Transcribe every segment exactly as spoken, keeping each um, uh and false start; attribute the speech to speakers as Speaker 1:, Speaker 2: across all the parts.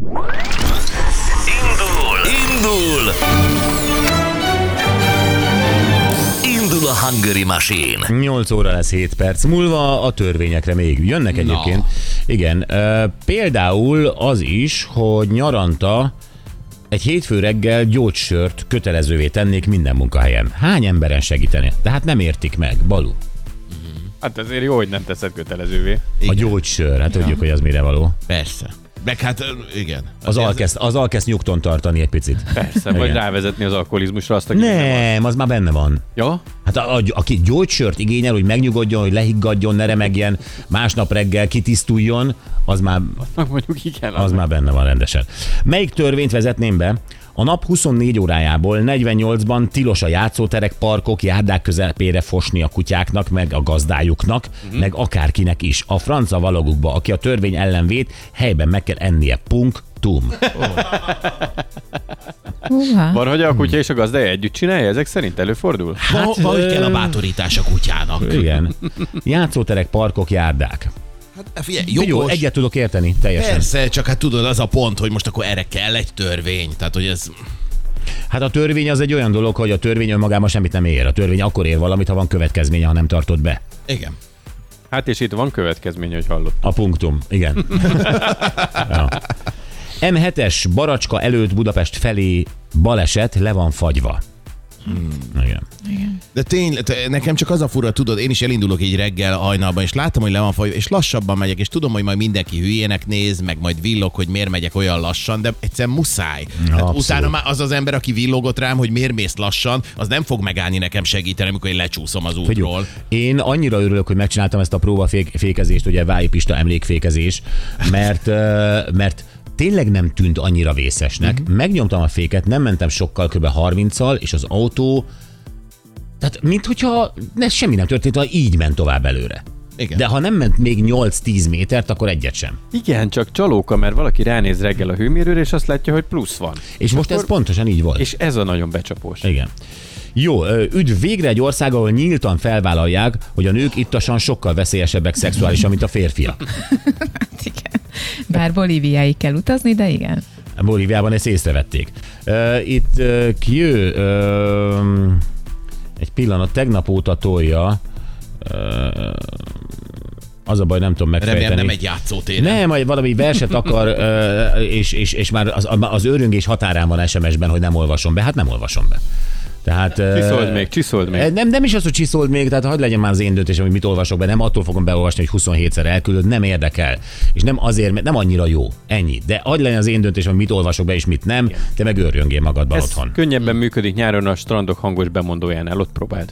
Speaker 1: Indul! Indul! Indul a Hungary Machine.
Speaker 2: nyolc óra lesz hét perc múlva, a törvényekre még jönnek egyébként. No. Igen, uh, például az is, hogy nyaranta egy hétfő reggel gyógysört kötelezővé tennék minden munkahelyen. Hány emberen segíteni? De hát nem értik meg, Balú.
Speaker 3: Hát azért jó, hogy nem teszed kötelezővé.
Speaker 2: Igen. A gyógysör, hát ja. Tudjuk, hogy az mire való.
Speaker 4: Persze. Meg hát igen.
Speaker 2: Az alkezd, az alkezd nyugton tartani egy picit.
Speaker 3: Persze, vagy rávezetni az alkoholizmusra azt, aki
Speaker 2: nem, az már benne van.
Speaker 3: Ja?
Speaker 2: Hát a, a, aki gyógysört igényel, hogy megnyugodjon, hogy lehiggadjon, ne remegjen, másnap reggel kitisztuljon, az már,
Speaker 3: mondjuk igen,
Speaker 2: az, az már benne van rendesen. Melyik törvényt vezetném be? A nap huszonnégy órájából negyvennyolcban tilos a játszóterek, parkok, járdák közepére fosni a kutyáknak, meg a gazdájuknak, uh-huh. meg akárkinek is. A franca valagukba, aki a törvény ellen véd, helyben meg kell ennie. Punktum.
Speaker 3: Uh-huh. Van, hogy a kutya és a gazdája együtt csinálja? Ezek szerint előfordul?
Speaker 4: Hát, hogy kell a bátorítás a kutyának.
Speaker 2: Igen. Játszóterek, parkok, járdák.
Speaker 4: Hát figyelj, jogos.
Speaker 2: Jó, egyet tudok érteni, teljesen.
Speaker 4: Persze, csak hát tudod, az a pont, hogy most akkor erre kell egy törvény. Tehát, hogy ez...
Speaker 2: Hát a törvény az egy olyan dolog, hogy a törvény önmagában semmit nem ér. A törvény akkor ér valamit, ha van következménye, ha nem tartod be.
Speaker 4: Igen.
Speaker 3: Hát és itt van következmény, hogy hallott.
Speaker 2: A punktum, igen. Ja. em hetes Baracska előtt Budapest felé baleset, le van fagyva. Hmm. Igen.
Speaker 4: Igen. De tényleg, nekem csak az a fura, tudod, én is elindulok egy reggel hajnalban, és látom, hogy le van fagyva, és lassabban megyek, és tudom, hogy majd mindenki hülyének néz, meg majd villog, hogy miért megyek olyan lassan, de egyszerűen muszáj. Hát utána már az az ember, aki villogott rám, hogy miért mész lassan, az nem fog megállni nekem segíteni, amikor én lecsúszom az útról.
Speaker 2: Én annyira örülök, hogy megcsináltam ezt a próbafékezést, ugye Vályi Pista emlékfékezés, mert, mert tényleg nem tűnt annyira vészesnek. Uh-huh. Megnyomtam a féket, nem mentem sokkal, kb. harminccal, és az autó, tehát minthogyha ne, semmi nem történt, ha így ment tovább előre. Igen. De ha nem ment még nyolc-tíz métert, akkor egyet sem.
Speaker 3: Igen, csak csalóka, mert valaki ránéz reggel a hőmérőre, és azt látja, hogy plusz van.
Speaker 2: És most akkor... ez pontosan így volt.
Speaker 3: És ez a nagyon becsapós.
Speaker 2: Igen. Jó, üdv, végre egy ország, ahol nyíltan felvállalják, hogy a nők ittasan sokkal veszélyesebbek szexuálisan, mint a férfiak.
Speaker 5: Hát igen. Bár Bolíviáig kell utazni, de igen.
Speaker 2: Bolíviában ezt észrevették. Uh, itt uh, Kjö uh, egy pillanat, tegnap óta tolja, uh, az a baj, nem tudom megfejteni.
Speaker 4: Remélem nem egy játszótéren.
Speaker 2: Nem, valami verset akar, uh, és, és, és már az, az őröngés határán van es em es-ben, hogy nem olvasom be. Hát nem olvasom be. Tehát,
Speaker 3: csiszold még, csiszold még.
Speaker 2: Nem, nem is az, hogy csiszold még, tehát hagyd legyen már az én döntésem, hogy mit olvasok be, nem attól fogom beolvasni, hogy huszonhétszer elküldöd, nem érdekel. És nem azért, mert nem annyira jó, ennyi. De hagyd legyen az én döntésem, hogy mit olvasok be és mit nem, igen. Te meg őrjöngél magadban
Speaker 3: ez
Speaker 2: otthon.
Speaker 3: Könnyebben működik nyáron a strandok hangos bemondójánál, ott próbáld.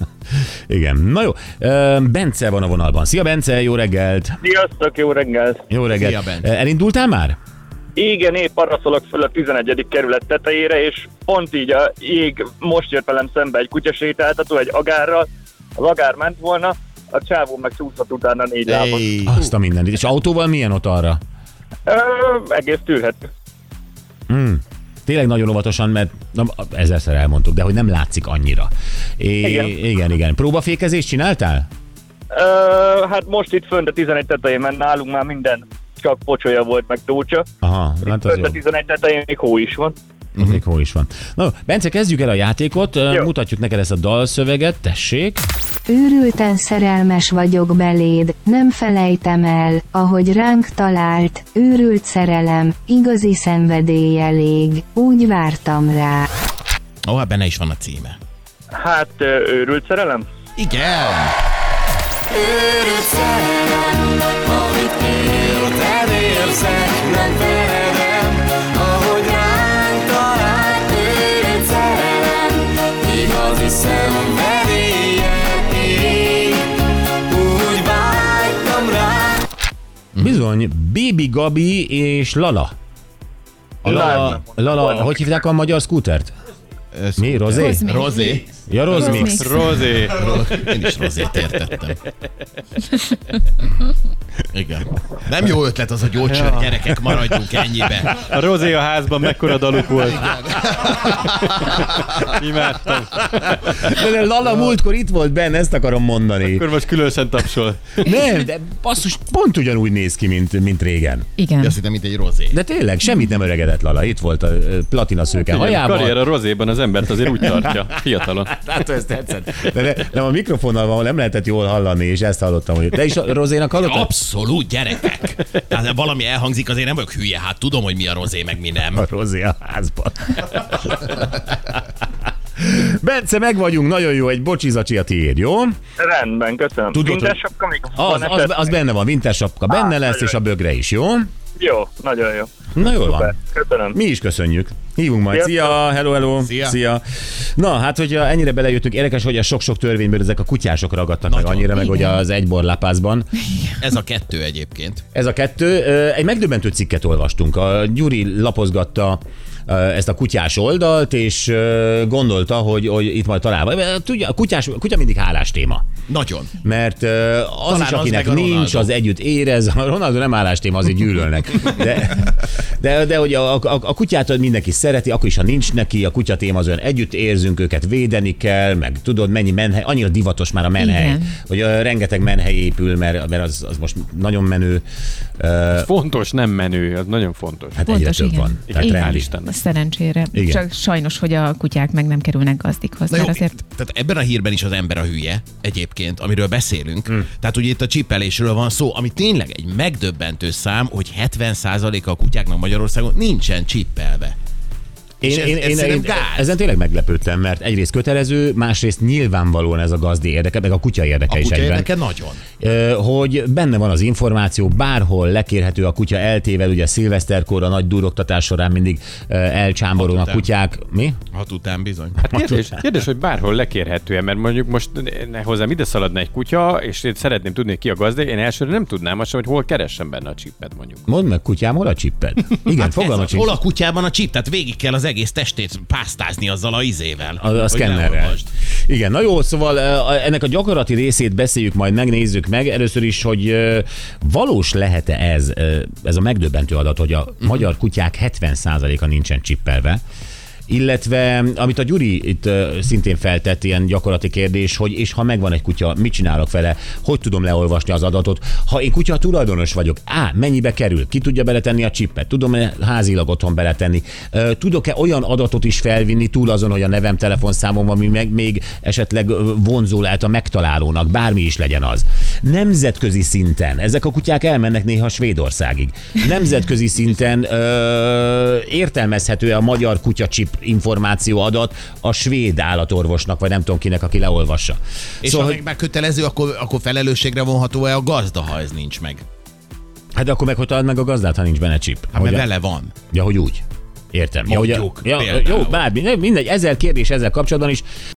Speaker 2: Igen, na jó. Bence van a vonalban. Szia Bence, jó reggelt!
Speaker 6: Sziasztok, jó reggelt!
Speaker 2: Jó reggelt!
Speaker 4: Szia,
Speaker 2: elindultál már?
Speaker 6: Igen, épp araszolok föl a tizenegyedik kerület tetejére, és pont így a jég most jött velem szembe egy kutyasétáltató, egy agárral. Az agár ment volna, a csávó meg csúszott utána négy lábon.
Speaker 2: Azt a mindenit. És autóval milyen ott arra?
Speaker 6: Ö, egész tűrhető.
Speaker 2: Hmm. Tényleg nagyon óvatosan, mert na, ezerszer elmondtuk, de hogy nem látszik annyira. É, igen. igen, igen. Próbafékezést csináltál?
Speaker 6: Ö, hát most itt fönt a tizenegy tetején, mert nálunk már minden csak pocsolya volt, meg tócsa.
Speaker 2: Aha,
Speaker 6: hát az jó. A tizenegy tetején még hó is van.
Speaker 2: Uh-huh. Még hó is van. Na, Bence, kezdjük el a játékot, jó. Mutatjuk neked ezt a dalszöveget, tessék.
Speaker 7: Őrülten szerelmes vagyok beléd, nem felejtem el, ahogy ránk talált, őrült szerelem, igazi szenvedély elég, úgy vártam rá.
Speaker 4: Ó, hát benne is van a címe.
Speaker 6: Hát, őrült szerelem?
Speaker 4: Igen!
Speaker 8: Őrült szerelem, amit éltem érzek, nem feledem, ahogy ránk talált. Őrült szerelem, igazi szenvedéllyel ég, úgy vágytam rá.
Speaker 2: Bizony, Baby Gabi és Lala. A Lala, Lala, hogy hívták a magyar szkútert? Mi? Rozé?
Speaker 4: Rozé.
Speaker 2: Ja, Rozmix.
Speaker 3: Rozé.
Speaker 4: Én is rozét értettem. Igen. Nem jó ötlet az a gyógyszer, gyerekek, maradjunk ennyibe.
Speaker 3: A Rozé a házban mekkora daluk volt. Imádtam.
Speaker 2: De Lala múltkor itt volt benne, ezt akarom mondani.
Speaker 3: Akkor most különösen tapsol.
Speaker 2: Nem, de basszus, pont ugyanúgy néz ki, mint, mint régen.
Speaker 5: Igen.
Speaker 4: Azt hittem, mint egy rozé.
Speaker 2: De tényleg, semmit nem öregedett Lala. Itt volt a ö, platina szőke
Speaker 3: A karrier
Speaker 2: hajában.
Speaker 3: a Rozéban az embert azért úgy tartja, fiatalon.
Speaker 2: Hát ezt tetszett. De ne, nem a mikrofonnal van, nem lehetett jól hallani, és ezt hallottam, hogy te is a Rozénak hallottad?
Speaker 4: Abszolút, gyerekek. Tehát ha valami elhangzik, azért nem vagyok hülye. Hát tudom, hogy mi a rozé, meg mi nem.
Speaker 2: A Rozé a házban. Bence, meg vagyunk, nagyon jó, egy bocsizacsi a tiéd, jó?
Speaker 6: Rendben, köszönöm.
Speaker 2: Tudod,
Speaker 6: Minden
Speaker 2: hogy-
Speaker 6: sapka még
Speaker 2: Az,
Speaker 6: van
Speaker 2: az,
Speaker 6: esetleg?
Speaker 2: az benne van, winter sapka benne
Speaker 6: Á,
Speaker 2: lesz,
Speaker 6: nagyon
Speaker 2: és a bögre is, jó?
Speaker 6: Jó, nagyon jó.
Speaker 2: Na jól
Speaker 6: Szuper,
Speaker 2: van.
Speaker 6: köszönöm.
Speaker 2: Mi is köszönjük. Hívunk majd.
Speaker 6: Sziasztok.
Speaker 2: Szia, hello, hello.
Speaker 4: Szia.
Speaker 2: Szia. Na, hát, hogyha ennyire belejöttünk, érdekes, hogy a sok-sok törvényből ezek a kutyások ragadtak meg
Speaker 4: Nagyon.
Speaker 2: annyira, meg hogy az egybor lápászban.
Speaker 4: Ez a kettő egyébként.
Speaker 2: Ez a kettő. Ö, Egy megdöbbentő cikket olvastunk. A Gyuri lapozgatta ö, ezt a kutyás oldalt, és ö, gondolta, hogy, hogy itt majd talál. Tudja, a kutyás, a kutya mindig hálás téma.
Speaker 4: Nagyon.
Speaker 2: Mert ö, az
Speaker 4: Talán
Speaker 2: is,
Speaker 4: az
Speaker 2: akinek
Speaker 4: meg a
Speaker 2: nincs,
Speaker 4: Ronaldo.
Speaker 2: az együtt érez. A Ronaldo nem állástéma, azért gyűlölnek. De, de, de hogy a, a, a kutyát mindenki szereti, akkor is, ha nincs neki, a kutya téma az olyan együtt érzünk, őket védeni kell, meg tudod, mennyi menhely, annyira divatos már a menhely,
Speaker 5: Igen.
Speaker 2: hogy ö, rengeteg menhely épül, mert, mert az, az most nagyon menő. Ö,
Speaker 3: Fontos, nem menő, az nagyon fontos.
Speaker 2: Hát egyre
Speaker 5: Pontos,
Speaker 2: több
Speaker 5: igen.
Speaker 2: van. Tehát
Speaker 5: Igen.
Speaker 2: reális.
Speaker 3: Istennek.
Speaker 5: Szerencsére.
Speaker 2: Igen.
Speaker 5: Csak sajnos, hogy a kutyák meg nem kerülnek gazdikhoz.
Speaker 4: Na jó,
Speaker 5: Mert azért
Speaker 4: tehát ebben a hírben is az ember a hülye egyébként, amiről beszélünk. Hmm. Tehát ugye itt a csippelésről van szó, ami tényleg egy megdöbbentő szám, hogy hetven százaléka a kutyáknak Magyarországon nincsen csippelve. És ez- ez szerintem gáz.
Speaker 2: ezen tényleg meglepődtem, mert egyrészt kötelező, másrészt nyilvánvalóan ez a gazdi érdeke, meg a kutya érdeke
Speaker 4: A
Speaker 2: is
Speaker 4: kutya
Speaker 2: egyben.
Speaker 4: érdeke nagyon.
Speaker 2: Ö, hogy benne van az információ, bárhol lekérhető a kutya eltével, ugye szilveszterkor a nagy duroktatás során mindig ö, elcsámborolnak
Speaker 4: Hat után.
Speaker 2: kutyák. Mi?
Speaker 4: Hat után bizony.
Speaker 3: Hát kérdés, kérdés, hogy bárhol lekérhető-e, mert mondjuk most ne- hozzám ide szaladna egy kutya, és én szeretném tudni, ki a gazda, én elsőre nem tudnám azt sem, hogy hol keressem benne a csippet mondjuk.
Speaker 2: Mondd meg, kutyám, hol a csipped? Igen,
Speaker 4: Hát ez
Speaker 2: fogalmat
Speaker 4: az,
Speaker 2: sincs.
Speaker 4: hol a kutyában a csip? Tehát végig kell az egész testét pásztázni azzal a izével.
Speaker 2: A, a
Speaker 4: hogy
Speaker 2: szkennerrel.
Speaker 4: leolvasd.
Speaker 2: Igen, na jó, szóval ö, ennek a gyakorlati részét beszéljük majd, megnézzük meg. Először is, hogy ö, valós lehet-e ez, ö, ez a megdöbbentő adat, hogy a magyar kutyák hetven százaléka nincsen csippelve. Illetve, amit a Gyuri itt uh, szintén feltett, ilyen gyakorlati kérdés, hogy és ha megvan egy kutya, mit csinálok vele, hogy tudom leolvasni az adatot, ha én kutya tulajdonos vagyok, á, mennyibe kerül, ki tudja beletenni a csippet, tudom-e házilag otthon beletenni, uh, tudok-e olyan adatot is felvinni túl azon, hogy a nevem, telefonszámom, ami meg még esetleg vonzó lehet a megtalálónak, bármi is legyen az. Nemzetközi szinten, ezek a kutyák elmennek néha Svédországig. Nemzetközi szinten ö, értelmezhető a magyar kutyacsip információ adat a svéd állatorvosnak, vagy nem tudom kinek, aki leolvassa.
Speaker 4: És
Speaker 2: Szóval,
Speaker 4: ha
Speaker 2: hogy,
Speaker 4: meg már kötelező, akkor, akkor felelősségre vonható-e a gazda, ha ez nincs meg?
Speaker 2: hát akkor meg hogy találod meg a gazdát, ha nincs benne csip.
Speaker 4: Hát mert
Speaker 2: Hogy-
Speaker 4: vele van.
Speaker 2: Ja, hogy úgy. Értem. Ja, hogy a-
Speaker 4: Mondjuk,
Speaker 2: ja,
Speaker 4: például.
Speaker 2: jó, bármi, mindegy, ezer kérdés ezzel kapcsolatban is.